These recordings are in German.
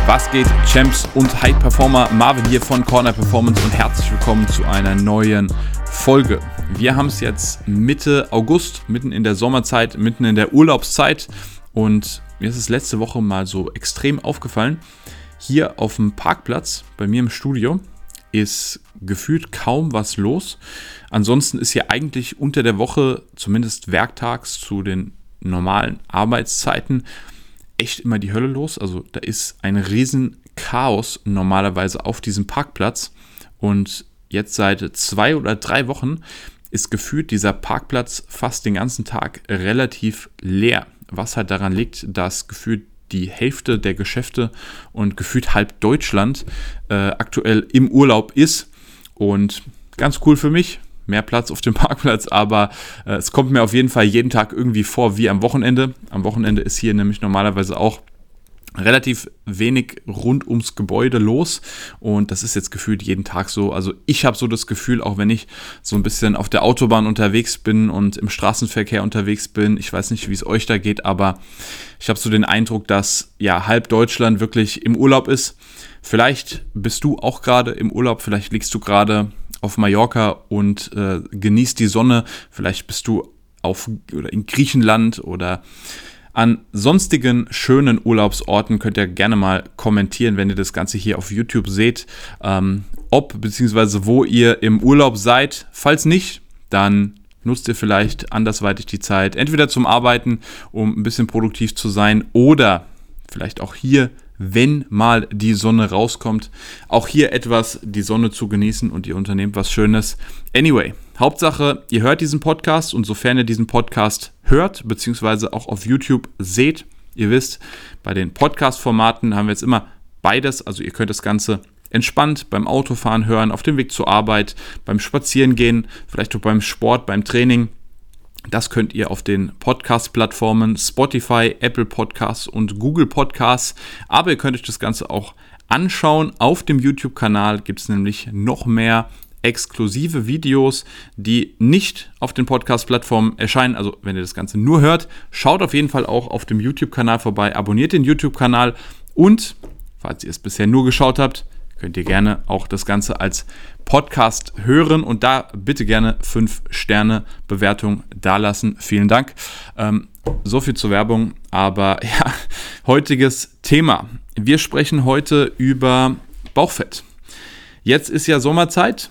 Was geht, Champs und High Performer? Marvin hier von Corner Performance und herzlich willkommen zu einer neuen Folge. Wir haben es jetzt Mitte August, mitten in der Sommerzeit, mitten in der Urlaubszeit und mir ist es letzte Woche mal so extrem aufgefallen. Hier auf dem Parkplatz bei mir im Studio ist gefühlt kaum was los. Ansonsten ist hier eigentlich unter der Woche, zumindest werktags zu den normalen Arbeitszeiten, echt immer die Hölle los. Also da ist ein riesen Chaos normalerweise auf diesem Parkplatz und jetzt seit 2 oder 3 Wochen ist gefühlt dieser Parkplatz fast den ganzen Tag relativ leer, was halt daran liegt, dass gefühlt die Hälfte der Geschäfte und gefühlt halb Deutschland aktuell im Urlaub ist und ganz cool für mich. Mehr Platz auf dem Parkplatz, aber es kommt mir auf jeden Fall jeden Tag irgendwie vor wie am Wochenende. Am Wochenende ist hier nämlich normalerweise auch relativ wenig rund ums Gebäude los und das ist jetzt gefühlt jeden Tag so. Also ich habe so das Gefühl, auch wenn ich so ein bisschen auf der Autobahn unterwegs bin und im Straßenverkehr unterwegs bin, ich weiß nicht, wie es euch da geht, aber ich habe so den Eindruck, dass ja halb Deutschland wirklich im Urlaub ist. Vielleicht bist du auch gerade im Urlaub, vielleicht liegst du gerade auf Mallorca und genießt die Sonne. Vielleicht bist du in Griechenland oder an sonstigen schönen Urlaubsorten. Könnt ihr gerne mal kommentieren, wenn ihr das Ganze hier auf YouTube seht, ob bzw. wo ihr im Urlaub seid. Falls nicht, dann nutzt ihr vielleicht andersweitig die Zeit, entweder zum Arbeiten, um ein bisschen produktiv zu sein, oder vielleicht auch hier, wenn mal die Sonne rauskommt, auch hier etwas die Sonne zu genießen und ihr unternehmt was Schönes. Anyway, Hauptsache, ihr hört diesen Podcast und sofern ihr diesen Podcast hört, beziehungsweise auch auf YouTube seht, ihr wisst, bei den Podcast-Formaten haben wir jetzt immer beides, also ihr könnt das Ganze entspannt beim Autofahren hören, auf dem Weg zur Arbeit, beim Spazierengehen, vielleicht auch beim Sport, beim Training. Das könnt ihr auf den Podcast-Plattformen Spotify, Apple Podcasts und Google Podcasts. Aber ihr könnt euch das Ganze auch anschauen. Auf dem YouTube-Kanal gibt es nämlich noch mehr exklusive Videos, die nicht auf den Podcast-Plattformen erscheinen. Also wenn ihr das Ganze nur hört, schaut auf jeden Fall auch auf dem YouTube-Kanal vorbei. Abonniert den YouTube-Kanal und, falls ihr es bisher nur geschaut habt, könnt ihr gerne auch das Ganze als Podcast hören und da bitte gerne 5-Sterne-Bewertung dalassen. Vielen Dank. So viel zur Werbung, aber ja, heutiges Thema. Wir sprechen heute über Bauchfett. Jetzt ist ja Sommerzeit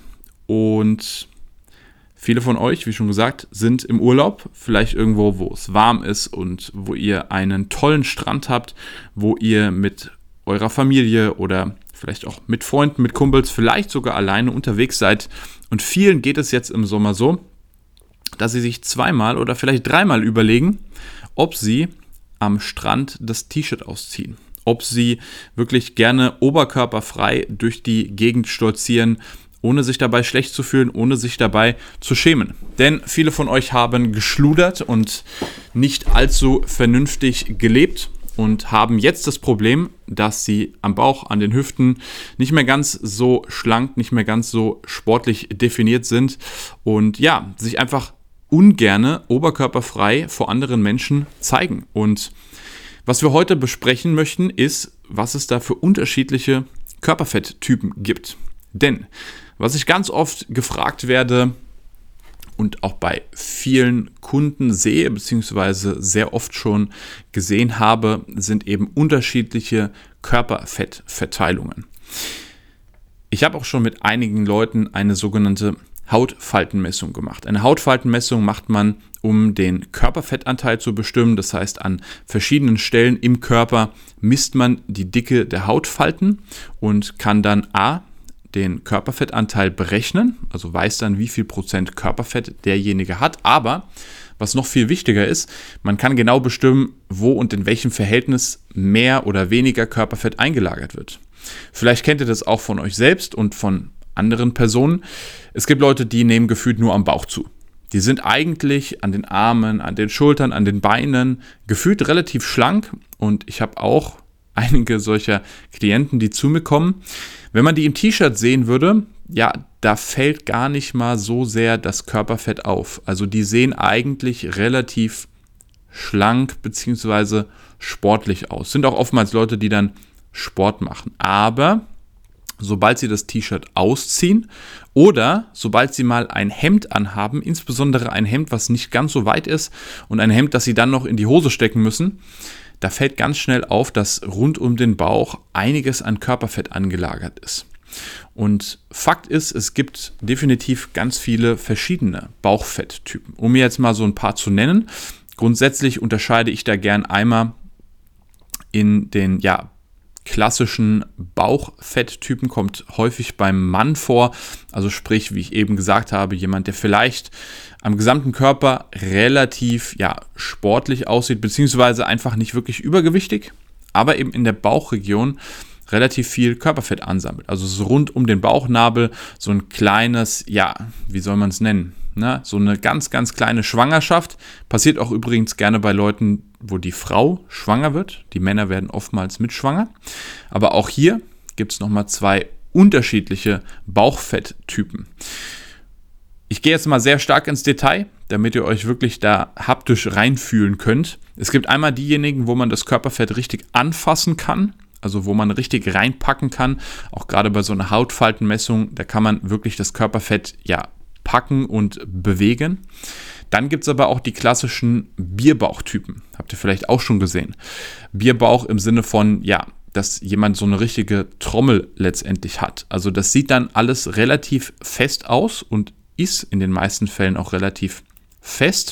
und viele von euch, wie schon gesagt, sind im Urlaub, vielleicht irgendwo, wo es warm ist und wo ihr einen tollen Strand habt, wo ihr mit eurer Familie oder vielleicht auch mit Freunden, mit Kumpels, vielleicht sogar alleine unterwegs seid. Und vielen geht es jetzt im Sommer so, dass sie sich 2-mal oder vielleicht 3-mal überlegen, ob sie am Strand das T-Shirt ausziehen. Ob sie wirklich gerne oberkörperfrei durch die Gegend stolzieren, ohne sich dabei schlecht zu fühlen, ohne sich dabei zu schämen. Denn viele von euch haben geschludert und nicht allzu vernünftig gelebt und haben jetzt das Problem, dass sie am Bauch, an den Hüften nicht mehr ganz so schlank, nicht mehr ganz so sportlich definiert sind und ja, sich einfach ungerne oberkörperfrei vor anderen Menschen zeigen. Und was wir heute besprechen möchten, ist, was es da für unterschiedliche Körperfetttypen gibt. Denn, was ich ganz oft gefragt werde und auch bei vielen Kunden sehe, beziehungsweise sehr oft schon gesehen habe, sind eben unterschiedliche Körperfettverteilungen. Ich habe auch schon mit einigen Leuten eine sogenannte Hautfaltenmessung gemacht. Eine Hautfaltenmessung macht man, um den Körperfettanteil zu bestimmen. Das heißt, an verschiedenen Stellen im Körper misst man die Dicke der Hautfalten und kann dann den Körperfettanteil berechnen, also weiß dann, wie viel Prozent Körperfett derjenige hat. Aber was noch viel wichtiger ist, man kann genau bestimmen, wo und in welchem Verhältnis mehr oder weniger Körperfett eingelagert wird. Vielleicht kennt ihr das auch von euch selbst und von anderen Personen. Es gibt Leute, die nehmen gefühlt nur am Bauch zu. Die sind eigentlich an den Armen, an den Schultern, an den Beinen gefühlt relativ schlank und ich habe auch einige solcher Klienten, die zu mir kommen. Wenn man die im T-Shirt sehen würde, ja, da fällt gar nicht mal so sehr das Körperfett auf. Also die sehen eigentlich relativ schlank bzw. sportlich aus. Sind auch oftmals Leute, die dann Sport machen. Aber sobald sie das T-Shirt ausziehen oder sobald sie mal ein Hemd anhaben, insbesondere ein Hemd, was nicht ganz so weit ist und ein Hemd, das sie dann noch in die Hose stecken müssen, da fällt ganz schnell auf, dass rund um den Bauch einiges an Körperfett angelagert ist. Und Fakt ist, es gibt definitiv ganz viele verschiedene Bauchfetttypen. Um mir jetzt mal so ein paar zu nennen, grundsätzlich unterscheide ich da gern einmal in den klassischen Bauchfetttypen, kommt häufig beim Mann vor, also sprich, wie ich eben gesagt habe, jemand, der vielleicht am gesamten Körper relativ sportlich aussieht, beziehungsweise einfach nicht wirklich übergewichtig, aber eben in der Bauchregion relativ viel Körperfett ansammelt. Also so rund um den Bauchnabel so ein kleines, wie soll man es nennen? So eine ganz, ganz kleine Schwangerschaft. Passiert auch übrigens gerne bei Leuten, wo die Frau schwanger wird. Die Männer werden oftmals mitschwanger. Aber auch hier gibt es nochmal 2 unterschiedliche Bauchfetttypen. Ich gehe jetzt mal sehr stark ins Detail, damit ihr euch wirklich da haptisch reinfühlen könnt. Es gibt einmal diejenigen, wo man das Körperfett richtig anfassen kann. Also wo man richtig reinpacken kann. Auch gerade bei so einer Hautfaltenmessung, da kann man wirklich das Körperfett packen und bewegen. Dann gibt es aber auch die klassischen Bierbauchtypen. Habt ihr vielleicht auch schon gesehen. Bierbauch im Sinne von, dass jemand so eine richtige Trommel letztendlich hat. Also das sieht dann alles relativ fest aus und ist in den meisten Fällen auch relativ fest.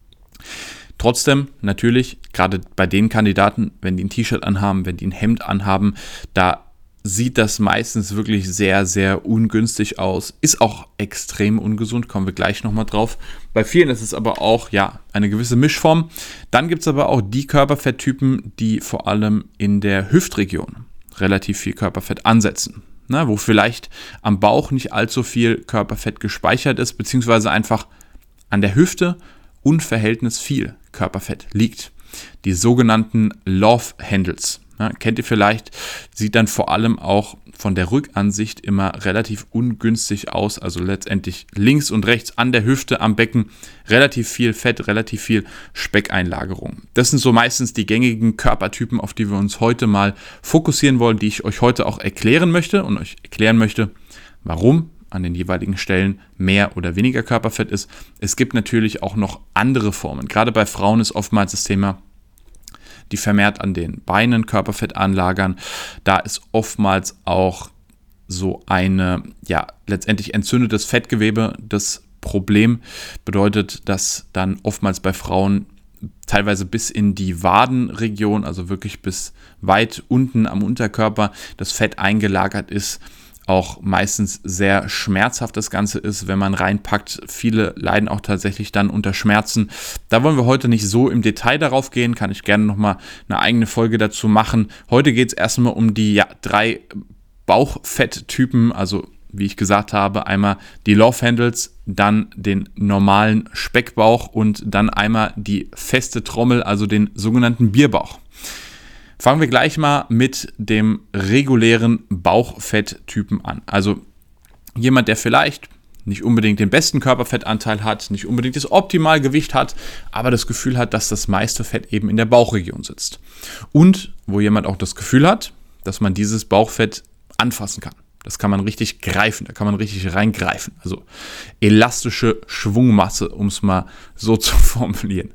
Trotzdem natürlich, gerade bei den Kandidaten, wenn die ein T-Shirt anhaben, wenn die ein Hemd anhaben, da sieht das meistens wirklich sehr, sehr ungünstig aus. Ist auch extrem ungesund, kommen wir gleich nochmal drauf. Bei vielen ist es aber auch eine gewisse Mischform. Dann gibt es aber auch die Körperfetttypen, die vor allem in der Hüftregion relativ viel Körperfett ansetzen. Wo vielleicht am Bauch nicht allzu viel Körperfett gespeichert ist, beziehungsweise einfach an der Hüfte unverhältnismäßig viel Körperfett liegt. Die sogenannten Love Handles. Kennt ihr vielleicht, sieht dann vor allem auch von der Rückansicht immer relativ ungünstig aus, also letztendlich links und rechts an der Hüfte, am Becken, relativ viel Fett, relativ viel Speckeinlagerung. Das sind so meistens die gängigen Körpertypen, auf die wir uns heute mal fokussieren wollen, die ich euch heute auch erklären möchte und euch erklären möchte, warum an den jeweiligen Stellen mehr oder weniger Körperfett ist. Es gibt natürlich auch noch andere Formen. Gerade bei Frauen ist oftmals das Thema, die vermehrt an den Beinen Körperfett anlagern. Da ist oftmals auch so eine, letztendlich entzündetes Fettgewebe das Problem. Bedeutet, dass dann oftmals bei Frauen teilweise bis in die Wadenregion, also wirklich bis weit unten am Unterkörper, das Fett eingelagert ist. Auch meistens sehr schmerzhaft das Ganze ist, wenn man reinpackt. Viele leiden auch tatsächlich dann unter Schmerzen. Da wollen wir heute nicht so im Detail darauf gehen, kann ich gerne nochmal eine eigene Folge dazu machen. Heute geht es erstmal um die 3 Bauchfetttypen, also wie ich gesagt habe, einmal die Love Handles, dann den normalen Speckbauch und dann einmal die feste Trommel, also den sogenannten Bierbauch. Fangen wir gleich mal mit dem regulären Bauchfetttypen an. Also jemand, der vielleicht nicht unbedingt den besten Körperfettanteil hat, nicht unbedingt das Optimalgewicht hat, aber das Gefühl hat, dass das meiste Fett eben in der Bauchregion sitzt. Und wo jemand auch das Gefühl hat, dass man dieses Bauchfett anfassen kann. Das kann man richtig greifen, da kann man richtig reingreifen. Also elastische Schwungmasse, um es mal so zu formulieren.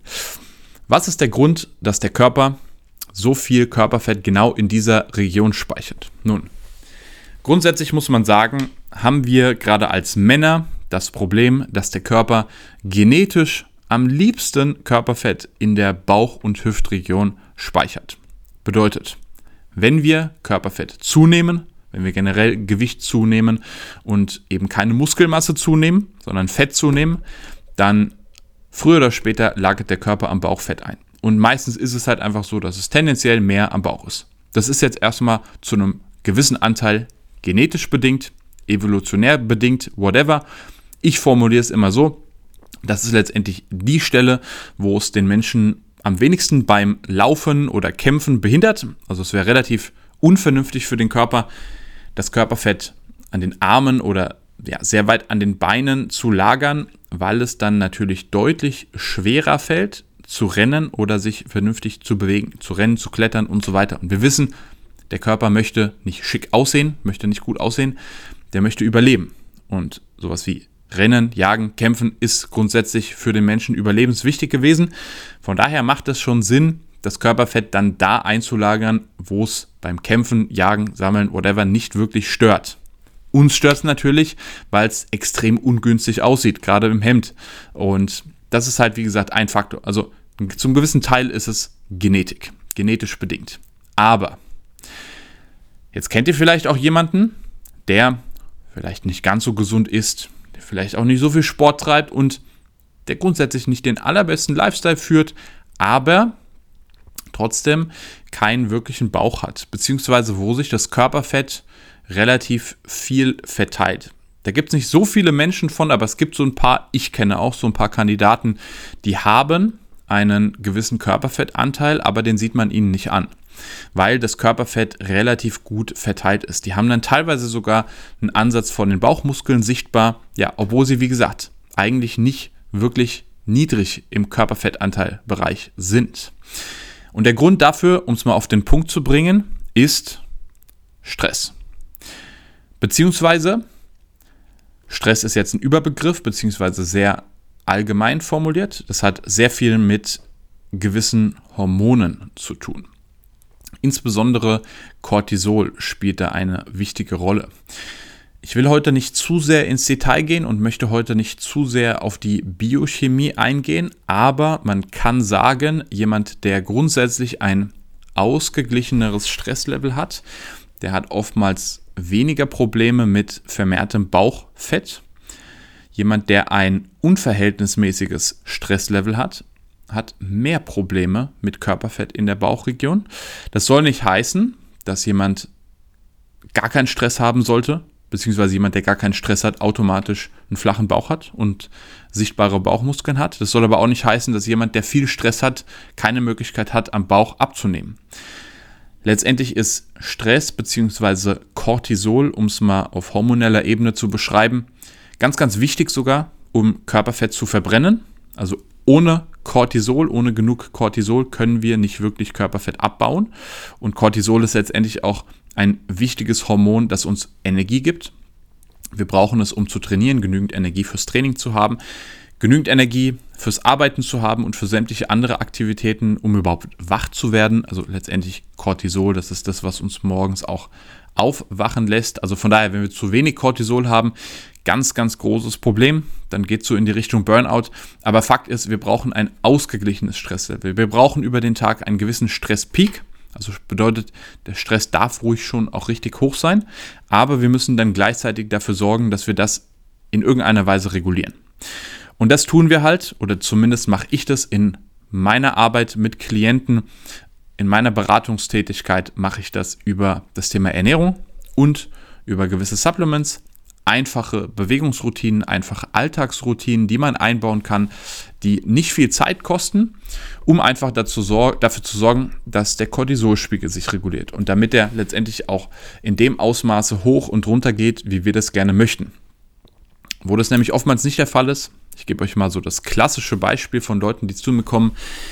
Was ist der Grund, dass der Körper so viel Körperfett genau in dieser Region speichert? Nun, grundsätzlich muss man sagen, haben wir gerade als Männer das Problem, dass der Körper genetisch am liebsten Körperfett in der Bauch- und Hüftregion speichert. Bedeutet, wenn wir Körperfett zunehmen, wenn wir generell Gewicht zunehmen und eben keine Muskelmasse zunehmen, sondern Fett zunehmen, dann früher oder später lagert der Körper am Bauchfett ein. Und meistens ist es halt einfach so, dass es tendenziell mehr am Bauch ist. Das ist jetzt erstmal zu einem gewissen Anteil genetisch bedingt, evolutionär bedingt, whatever. Ich formuliere es immer so, das ist letztendlich die Stelle, wo es den Menschen am wenigsten beim Laufen oder Kämpfen behindert. Also es wäre relativ unvernünftig für den Körper, das Körperfett an den Armen oder sehr weit an den Beinen zu lagern, weil es dann natürlich deutlich schwerer fällt, zu rennen oder sich vernünftig zu bewegen, zu rennen, zu klettern und so weiter. Und wir wissen, Der Körper möchte nicht schick aussehen, möchte nicht gut aussehen, der möchte überleben. Und sowas wie Rennen, Jagen, Kämpfen ist grundsätzlich für den Menschen überlebenswichtig gewesen. Von daher macht es schon Sinn, das Körperfett dann da einzulagern, wo es beim Kämpfen, Jagen, Sammeln, whatever nicht wirklich stört. Uns stört es natürlich, weil es extrem ungünstig aussieht, gerade im Hemd. Und das ist halt, wie gesagt, ein Faktor. Also zum gewissen Teil ist es Genetik, genetisch bedingt. Aber jetzt kennt ihr vielleicht auch jemanden, der vielleicht nicht ganz so gesund ist, der vielleicht auch nicht so viel Sport treibt und der grundsätzlich nicht den allerbesten Lifestyle führt, aber trotzdem keinen wirklichen Bauch hat, beziehungsweise wo sich das Körperfett relativ viel verteilt. Da gibt es nicht so viele Menschen von, aber es gibt so ein paar, ich kenne auch so ein paar Kandidaten, die haben einen gewissen Körperfettanteil, aber den sieht man ihnen nicht an, weil das Körperfett relativ gut verteilt ist. Die haben dann teilweise sogar einen Ansatz von den Bauchmuskeln sichtbar, ja, obwohl sie, wie gesagt, eigentlich nicht wirklich niedrig im Körperfettanteilbereich sind. Und der Grund dafür, um es mal auf den Punkt zu bringen, ist Stress. Beziehungsweise, Stress ist jetzt ein Überbegriff, beziehungsweise sehr allgemein formuliert. Das hat sehr viel mit gewissen Hormonen zu tun. Insbesondere Cortisol spielt da eine wichtige Rolle. Ich will heute nicht zu sehr ins Detail gehen und möchte heute nicht zu sehr auf die Biochemie eingehen, aber man kann sagen, jemand, der grundsätzlich ein ausgeglicheneres Stresslevel hat, der hat oftmals weniger Probleme mit vermehrtem Bauchfett. Jemand, der ein unverhältnismäßiges Stresslevel hat, hat mehr Probleme mit Körperfett in der Bauchregion. Das soll nicht heißen, dass jemand gar keinen Stress haben sollte, beziehungsweise jemand, der gar keinen Stress hat, automatisch einen flachen Bauch hat und sichtbare Bauchmuskeln hat. Das soll aber auch nicht heißen, dass jemand, der viel Stress hat, keine Möglichkeit hat, am Bauch abzunehmen. Letztendlich ist Stress bzw. Cortisol, um es mal auf hormoneller Ebene zu beschreiben, ganz, ganz wichtig sogar, um Körperfett zu verbrennen. Also ohne Cortisol, ohne genug Cortisol können wir nicht wirklich Körperfett abbauen. Und Cortisol ist letztendlich auch ein wichtiges Hormon, das uns Energie gibt. Wir brauchen es, um zu trainieren, genügend Energie fürs Training zu haben, genügend Energie fürs Arbeiten zu haben und für sämtliche andere Aktivitäten, um überhaupt wach zu werden. Also letztendlich Cortisol, das ist das, was uns morgens auch aufwachen lässt. Also von daher, wenn wir zu wenig Cortisol haben, ganz, ganz großes Problem. Dann geht es so in die Richtung Burnout. Aber Fakt ist, wir brauchen ein ausgeglichenes Stresslevel. Wir brauchen über den Tag einen gewissen Stresspeak. Also bedeutet, der Stress darf ruhig schon auch richtig hoch sein. Aber wir müssen dann gleichzeitig dafür sorgen, dass wir das in irgendeiner Weise regulieren. Und das tun wir halt, oder zumindest mache ich das in meiner Arbeit mit Klienten. In meiner Beratungstätigkeit mache ich das über das Thema Ernährung und über gewisse Supplements, einfache Bewegungsroutinen, einfache Alltagsroutinen, die man einbauen kann, die nicht viel Zeit kosten, um einfach dafür zu sorgen, dass der Cortisolspiegel sich reguliert und damit er letztendlich auch in dem Ausmaße hoch und runter geht, wie wir das gerne möchten. Wo das nämlich oftmals nicht der Fall ist, ich gebe euch mal so das klassische Beispiel von Leuten, die zu mir kommen,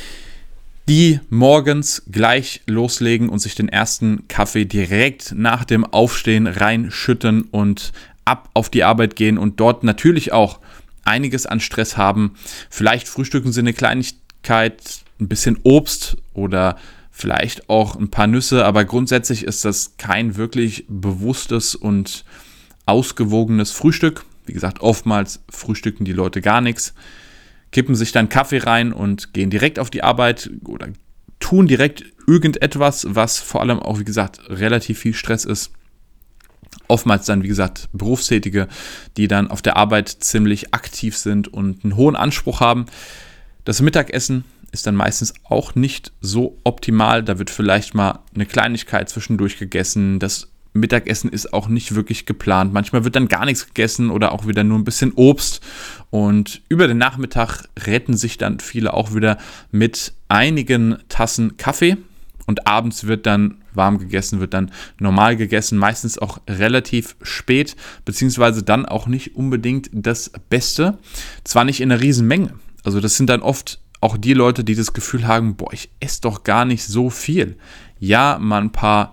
die morgens gleich loslegen und sich den ersten Kaffee direkt nach dem Aufstehen reinschütten und ab auf die Arbeit gehen und dort natürlich auch einiges an Stress haben. Vielleicht frühstücken sie eine Kleinigkeit, ein bisschen Obst oder vielleicht auch ein paar Nüsse, aber grundsätzlich ist das kein wirklich bewusstes und ausgewogenes Frühstück. Wie gesagt, oftmals frühstücken die Leute gar nichts, kippen sich dann Kaffee rein und gehen direkt auf die Arbeit oder tun direkt irgendetwas, was vor allem auch, wie gesagt, relativ viel Stress ist. Oftmals dann, wie gesagt, Berufstätige, die dann auf der Arbeit ziemlich aktiv sind und einen hohen Anspruch haben. Das Mittagessen ist dann meistens auch nicht so optimal. Da wird vielleicht mal eine Kleinigkeit zwischendurch gegessen. Das Mittagessen ist auch nicht wirklich geplant. Manchmal wird dann gar nichts gegessen oder auch wieder nur ein bisschen Obst. Und über den Nachmittag retten sich dann viele auch wieder mit einigen Tassen Kaffee. Und abends wird dann warm gegessen, wird dann normal gegessen, meistens auch relativ spät, beziehungsweise dann auch nicht unbedingt das Beste. Zwar nicht in einer riesen Menge. Also das sind dann oft auch die Leute, die das Gefühl haben, boah, ich esse doch gar nicht so viel. Ja, mal ein paar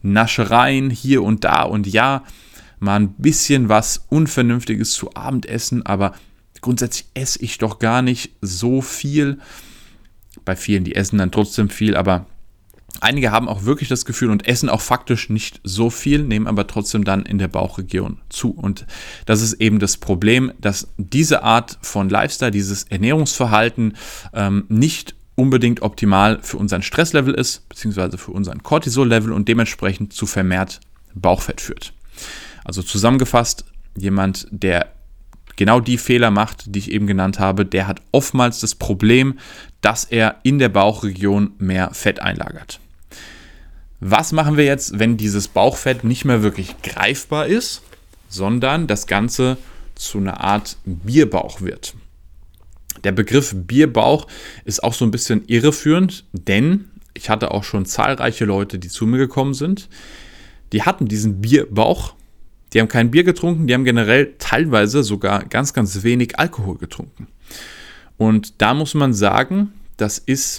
Naschereien hier und da und ja, mal ein bisschen was Unvernünftiges zu Abend essen, aber grundsätzlich esse ich doch gar nicht so viel. Bei vielen, die essen dann trotzdem viel, aber einige haben auch wirklich das Gefühl und essen auch faktisch nicht so viel, nehmen aber trotzdem dann in der Bauchregion zu. Und das ist eben das Problem, dass diese Art von Lifestyle, dieses Ernährungsverhalten nicht unbedingt optimal für unseren Stresslevel ist, beziehungsweise für unseren Cortisol-Level und dementsprechend zu vermehrt Bauchfett führt. Also zusammengefasst, jemand, der genau die Fehler macht, die ich eben genannt habe, der hat oftmals das Problem, dass er in der Bauchregion mehr Fett einlagert. Was machen wir jetzt, wenn dieses Bauchfett nicht mehr wirklich greifbar ist, sondern das Ganze zu einer Art Bierbauch wird? Der Begriff Bierbauch ist auch so ein bisschen irreführend, denn ich hatte auch schon zahlreiche Leute, die zu mir gekommen sind, die hatten diesen Bierbauch. Die haben kein Bier getrunken, die haben generell teilweise sogar ganz, ganz wenig Alkohol getrunken. Und da muss man sagen, das ist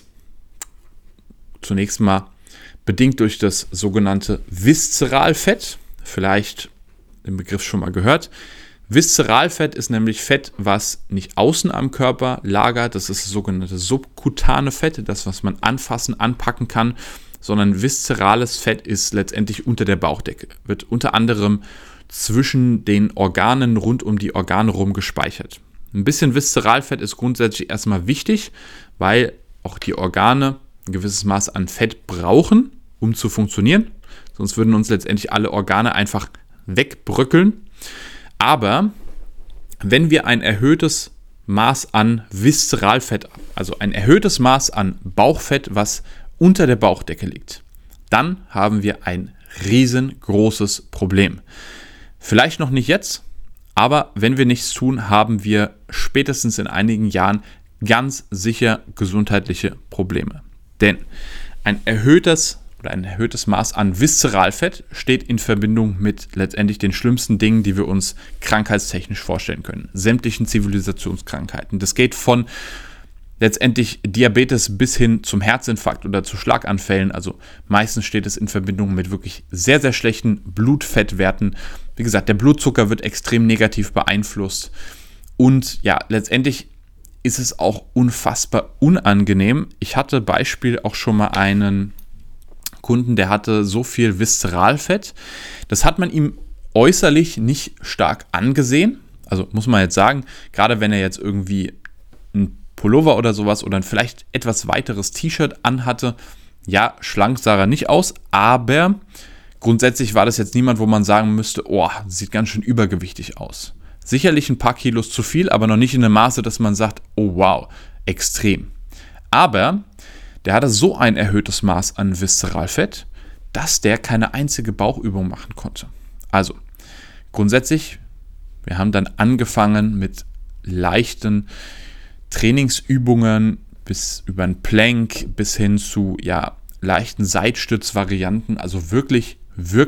zunächst mal bedingt durch das sogenannte Viszeralfett. Vielleicht den Begriff schon mal gehört. Viszeralfett ist nämlich Fett, was nicht außen am Körper lagert. Das ist das sogenannte subkutane Fett, das, was man anfassen, anpacken kann. Sondern viszerales Fett ist letztendlich unter der Bauchdecke. Wird unter anderem zwischen den Organen rund um die Organe rum gespeichert. Ein bisschen Viszeralfett ist grundsätzlich erstmal wichtig, weil auch die Organe ein gewisses Maß an Fett brauchen, um zu funktionieren. Sonst würden uns letztendlich alle Organe einfach wegbröckeln. Aber wenn wir ein erhöhtes Maß an Viszeralfett, also ein erhöhtes Maß an Bauchfett, was unter der Bauchdecke liegt, dann haben wir ein riesengroßes Problem. Vielleicht noch nicht jetzt, aber wenn wir nichts tun, haben wir spätestens in einigen Jahren ganz sicher gesundheitliche Probleme. Denn ein erhöhtes Maß an Viszeralfett steht in Verbindung mit letztendlich den schlimmsten Dingen, die wir uns krankheitstechnisch vorstellen können. Sämtlichen Zivilisationskrankheiten. Das geht von letztendlich Diabetes bis hin zum Herzinfarkt oder zu Schlaganfällen. Also meistens steht es in Verbindung mit wirklich sehr, sehr schlechten Blutfettwerten. Wie gesagt, der Blutzucker wird extrem negativ beeinflusst. Und ja, letztendlich ist es auch unfassbar unangenehm. Ich hatte Beispiel auch schon mal einen Kunden, der hatte so viel Viszeralfett. Das hat man ihm äußerlich nicht stark angesehen. Also muss man jetzt sagen, gerade wenn er jetzt irgendwie ein Pullover oder sowas oder ein vielleicht etwas weiteres T-Shirt anhatte, ja, schlank sah er nicht aus, aber grundsätzlich war das jetzt niemand, wo man sagen müsste, oh, sieht ganz schön übergewichtig aus. Sicherlich ein paar Kilos zu viel, aber noch nicht in einem Maße, dass man sagt, oh wow, extrem. Aber der hatte so ein erhöhtes Maß an Viszeralfett, dass der keine einzige Bauchübung machen konnte. Also grundsätzlich, wir haben dann angefangen mit leichten Trainingsübungen bis über einen Plank bis hin zu leichten Seitstützvarianten, also wirklich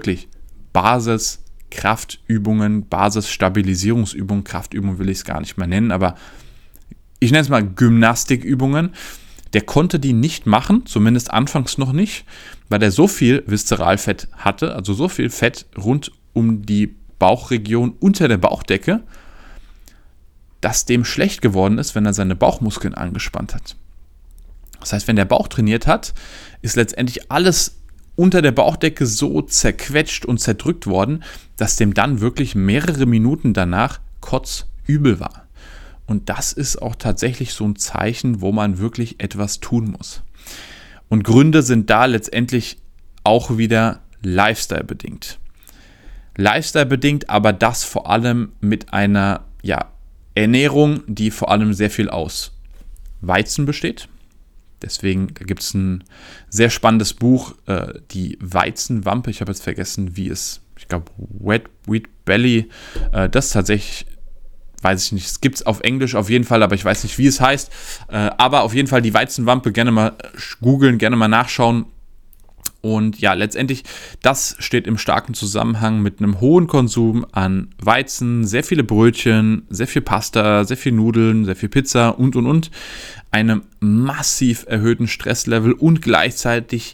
Basis-Kraftübungen, Basis-Stabilisierungsübungen, Kraftübungen will ich es gar nicht mehr nennen, aber ich nenne es mal Gymnastikübungen. Der konnte die nicht machen, zumindest anfangs noch nicht, weil er so viel Viszeralfett hatte, also so viel Fett rund um die Bauchregion unter der Bauchdecke, dass dem schlecht geworden ist, wenn er seine Bauchmuskeln angespannt hat. Das heißt, wenn der Bauch trainiert hat, ist letztendlich alles unter der Bauchdecke so zerquetscht und zerdrückt worden, dass dem dann wirklich mehrere Minuten danach kotzübel war. Und das ist auch tatsächlich so ein Zeichen, wo man wirklich etwas tun muss. Und Gründe sind da letztendlich auch wieder Lifestyle-bedingt. Lifestyle-bedingt, aber das vor allem mit einer Ernährung, die vor allem sehr viel aus Weizen besteht. Deswegen gibt es ein sehr spannendes Buch, die Weizenwampe. Ich habe jetzt vergessen, ich glaube Wheat Belly. Das tatsächlich, weiß ich nicht, es gibt es auf Englisch auf jeden Fall, aber ich weiß nicht, wie es heißt. Aber auf jeden Fall die Weizenwampe, gerne mal googeln, gerne mal nachschauen. Und ja, letztendlich, das steht im starken Zusammenhang mit einem hohen Konsum an Weizen, sehr viele Brötchen, sehr viel Pasta, sehr viel Nudeln, sehr viel Pizza und. Einem massiv erhöhten Stresslevel und gleichzeitig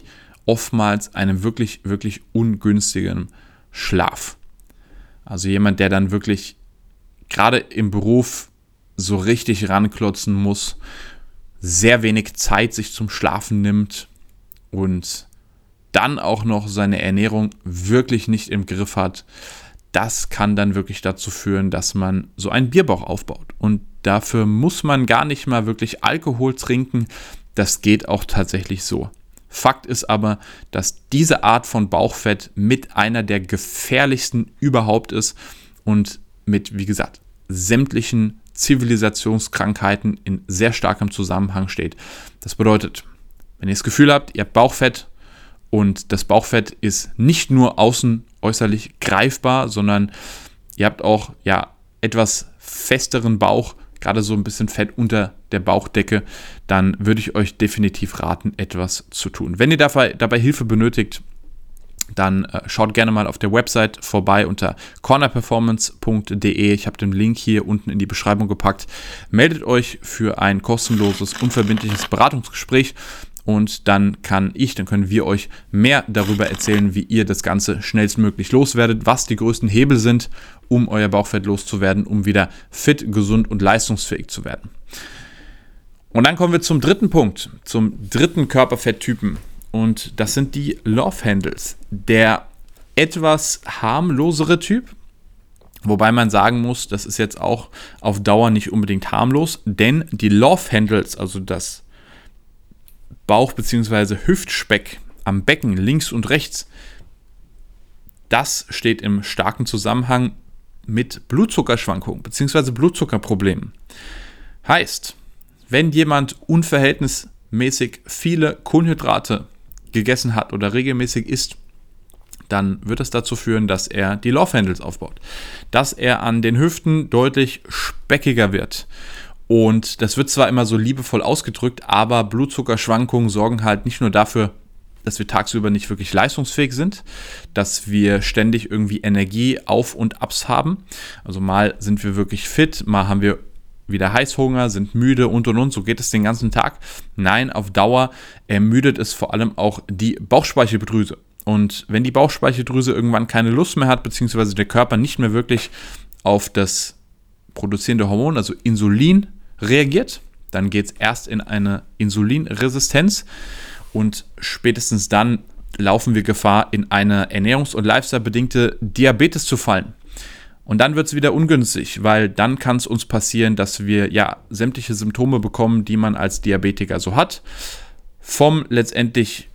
oftmals einem wirklich, wirklich ungünstigen Schlaf. Also jemand, der dann wirklich gerade im Beruf so richtig ranklotzen muss, sehr wenig Zeit sich zum Schlafen nimmt und dann auch noch seine Ernährung wirklich nicht im Griff hat, das kann dann wirklich dazu führen, dass man so einen Bierbauch aufbaut. Und dafür muss man gar nicht mal wirklich Alkohol trinken. Das geht auch tatsächlich so. Fakt ist aber, dass diese Art von Bauchfett mit einer der gefährlichsten überhaupt ist und mit, wie gesagt, sämtlichen Zivilisationskrankheiten in sehr starkem Zusammenhang steht. Das bedeutet, wenn ihr das Gefühl habt, ihr habt Bauchfett und das Bauchfett ist nicht nur außen äußerlich greifbar, sondern ihr habt auch etwas festeren Bauch, gerade so ein bisschen Fett unter der Bauchdecke, dann würde ich euch definitiv raten, etwas zu tun. Wenn ihr dabei Hilfe benötigt, dann schaut gerne mal auf der Website vorbei unter cornerperformance.de. Ich habe den Link hier unten in die Beschreibung gepackt. Meldet euch für ein kostenloses, unverbindliches Beratungsgespräch und dann können wir euch mehr darüber erzählen, wie ihr das Ganze schnellstmöglich loswerdet, was die größten Hebel sind, um euer Bauchfett loszuwerden, um wieder fit, gesund und leistungsfähig zu werden. Und dann kommen wir zum dritten Punkt, zum dritten Körperfetttypen. Und das sind die Love Handles. Der etwas harmlosere Typ, wobei man sagen muss, das ist jetzt auch auf Dauer nicht unbedingt harmlos, denn die Love Handles, also das Bauch- bzw. Hüftspeck am Becken links und rechts, das steht im starken Zusammenhang mit Blutzuckerschwankungen bzw. Blutzuckerproblemen. Heißt, wenn jemand unverhältnismäßig viele Kohlenhydrate gegessen hat oder regelmäßig isst, dann wird das dazu führen, dass er die Love Handles aufbaut, dass er an den Hüften deutlich speckiger wird. Und das wird zwar immer so liebevoll ausgedrückt, aber Blutzuckerschwankungen sorgen halt nicht nur dafür, dass wir tagsüber nicht wirklich leistungsfähig sind, dass wir ständig irgendwie Energie auf und abs haben. Also mal sind wir wirklich fit, mal haben wir wieder Heißhunger, sind müde und, so geht es den ganzen Tag. Nein, auf Dauer ermüdet es vor allem auch die Bauchspeicheldrüse. Und wenn die Bauchspeicheldrüse irgendwann keine Lust mehr hat, beziehungsweise der Körper nicht mehr wirklich auf das produzierende Hormon, also Insulin, reagiert, dann geht es erst in eine Insulinresistenz und spätestens dann laufen wir Gefahr, in eine ernährungs- und lifestyle-bedingte Diabetes zu fallen. Und dann wird es wieder ungünstig, weil dann kann es uns passieren, dass wir sämtliche Symptome bekommen, die man als Diabetiker so hat. Vom letztendlich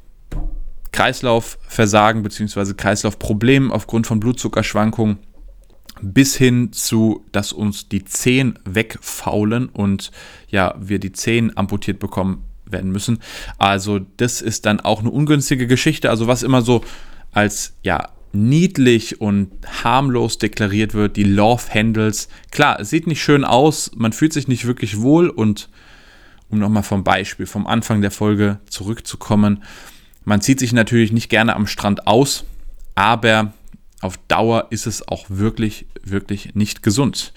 Kreislaufversagen bzw. Kreislaufproblemen aufgrund von Blutzuckerschwankungen bis hin zu, dass uns die Zehen wegfaulen und wir die Zehen amputiert bekommen werden müssen. Also das ist dann auch eine ungünstige Geschichte. Also was immer so als niedlich und harmlos deklariert wird, die Love Handles. Klar, es sieht nicht schön aus, man fühlt sich nicht wirklich wohl und um nochmal vom Anfang der Folge zurückzukommen, man zieht sich natürlich nicht gerne am Strand aus, aber auf Dauer ist es auch wirklich, wirklich nicht gesund.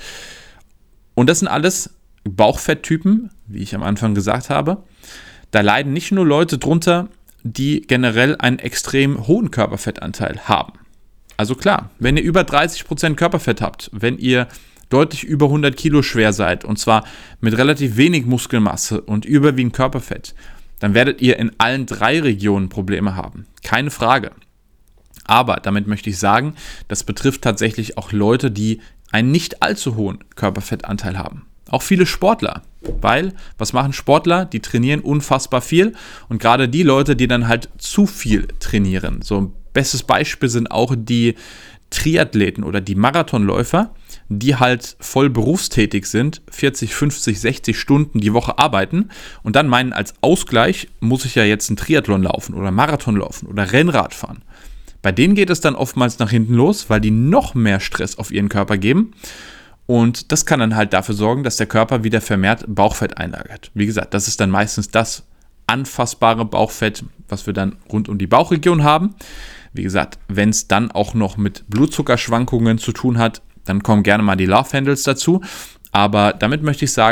Und das sind alles Bauchfetttypen, wie ich am Anfang gesagt habe. Da leiden nicht nur Leute drunter, die generell einen extrem hohen Körperfettanteil haben. Also klar, wenn ihr über 30% Körperfett habt, wenn ihr deutlich über 100 Kilo schwer seid und zwar mit relativ wenig Muskelmasse und überwiegend Körperfett, dann werdet ihr in allen 3 Regionen Probleme haben. Keine Frage. Aber damit möchte ich sagen, das betrifft tatsächlich auch Leute, die einen nicht allzu hohen Körperfettanteil haben. Auch viele Sportler, weil, was machen Sportler? Die trainieren unfassbar viel und gerade die Leute, die dann halt zu viel trainieren. So ein bestes Beispiel sind auch die Triathleten oder die Marathonläufer, die halt voll berufstätig sind, 40, 50, 60 Stunden die Woche arbeiten und dann meinen, als Ausgleich muss ich ja jetzt einen Triathlon laufen oder Marathon laufen oder Rennrad fahren. Bei denen geht es dann oftmals nach hinten los, weil die noch mehr Stress auf ihren Körper geben. Und das kann dann halt dafür sorgen, dass der Körper wieder vermehrt Bauchfett einlagert. Wie gesagt, das ist dann meistens das anfassbare Bauchfett, was wir dann rund um die Bauchregion haben. Wie gesagt, wenn es dann auch noch mit Blutzuckerschwankungen zu tun hat, dann kommen gerne mal die Love Handles dazu. Aber damit möchte ich sagen,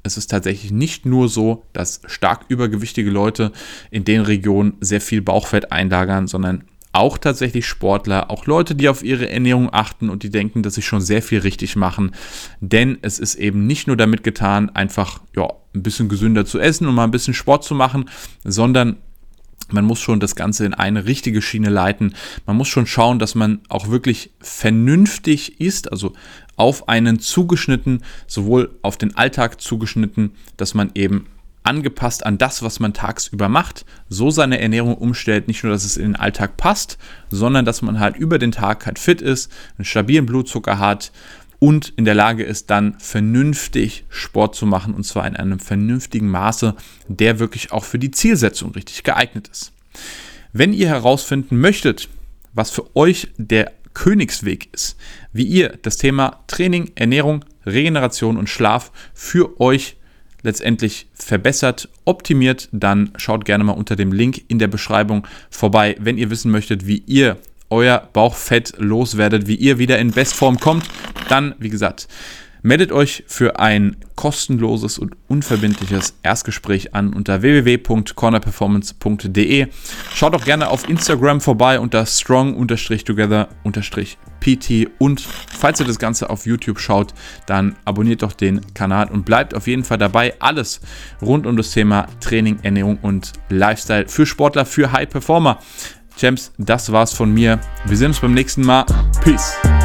es ist tatsächlich nicht nur so, dass stark übergewichtige Leute in den Regionen sehr viel Bauchfett einlagern, sondern auch tatsächlich Sportler, auch Leute, die auf ihre Ernährung achten und die denken, dass sie schon sehr viel richtig machen. Denn es ist eben nicht nur damit getan, einfach ein bisschen gesünder zu essen und mal ein bisschen Sport zu machen, sondern man muss schon das Ganze in eine richtige Schiene leiten. Man muss schon schauen, dass man auch wirklich vernünftig isst, also auf einen zugeschnitten, sowohl auf den Alltag zugeschnitten, dass man eben angepasst an das, was man tagsüber macht, so seine Ernährung umstellt, nicht nur, dass es in den Alltag passt, sondern dass man halt über den Tag halt fit ist, einen stabilen Blutzucker hat und in der Lage ist, dann vernünftig Sport zu machen, und zwar in einem vernünftigen Maße, der wirklich auch für die Zielsetzung richtig geeignet ist. Wenn ihr herausfinden möchtet, was für euch der Königsweg ist, wie ihr das Thema Training, Ernährung, Regeneration und Schlaf für euch letztendlich verbessert, optimiert, dann schaut gerne mal unter dem Link in der Beschreibung vorbei, wenn ihr wissen möchtet, wie ihr euer Bauchfett loswerdet, wie ihr wieder in Bestform kommt, dann, wie gesagt, meldet euch für ein kostenloses und unverbindliches Erstgespräch an unter www.cornerperformance.de. Schaut auch gerne auf Instagram vorbei unter strong_together_pt und falls ihr das Ganze auf YouTube schaut, dann abonniert doch den Kanal und bleibt auf jeden Fall dabei. Alles rund um das Thema Training, Ernährung und Lifestyle für Sportler, für High Performer. Champs, das war's von mir. Wir sehen uns beim nächsten Mal. Peace.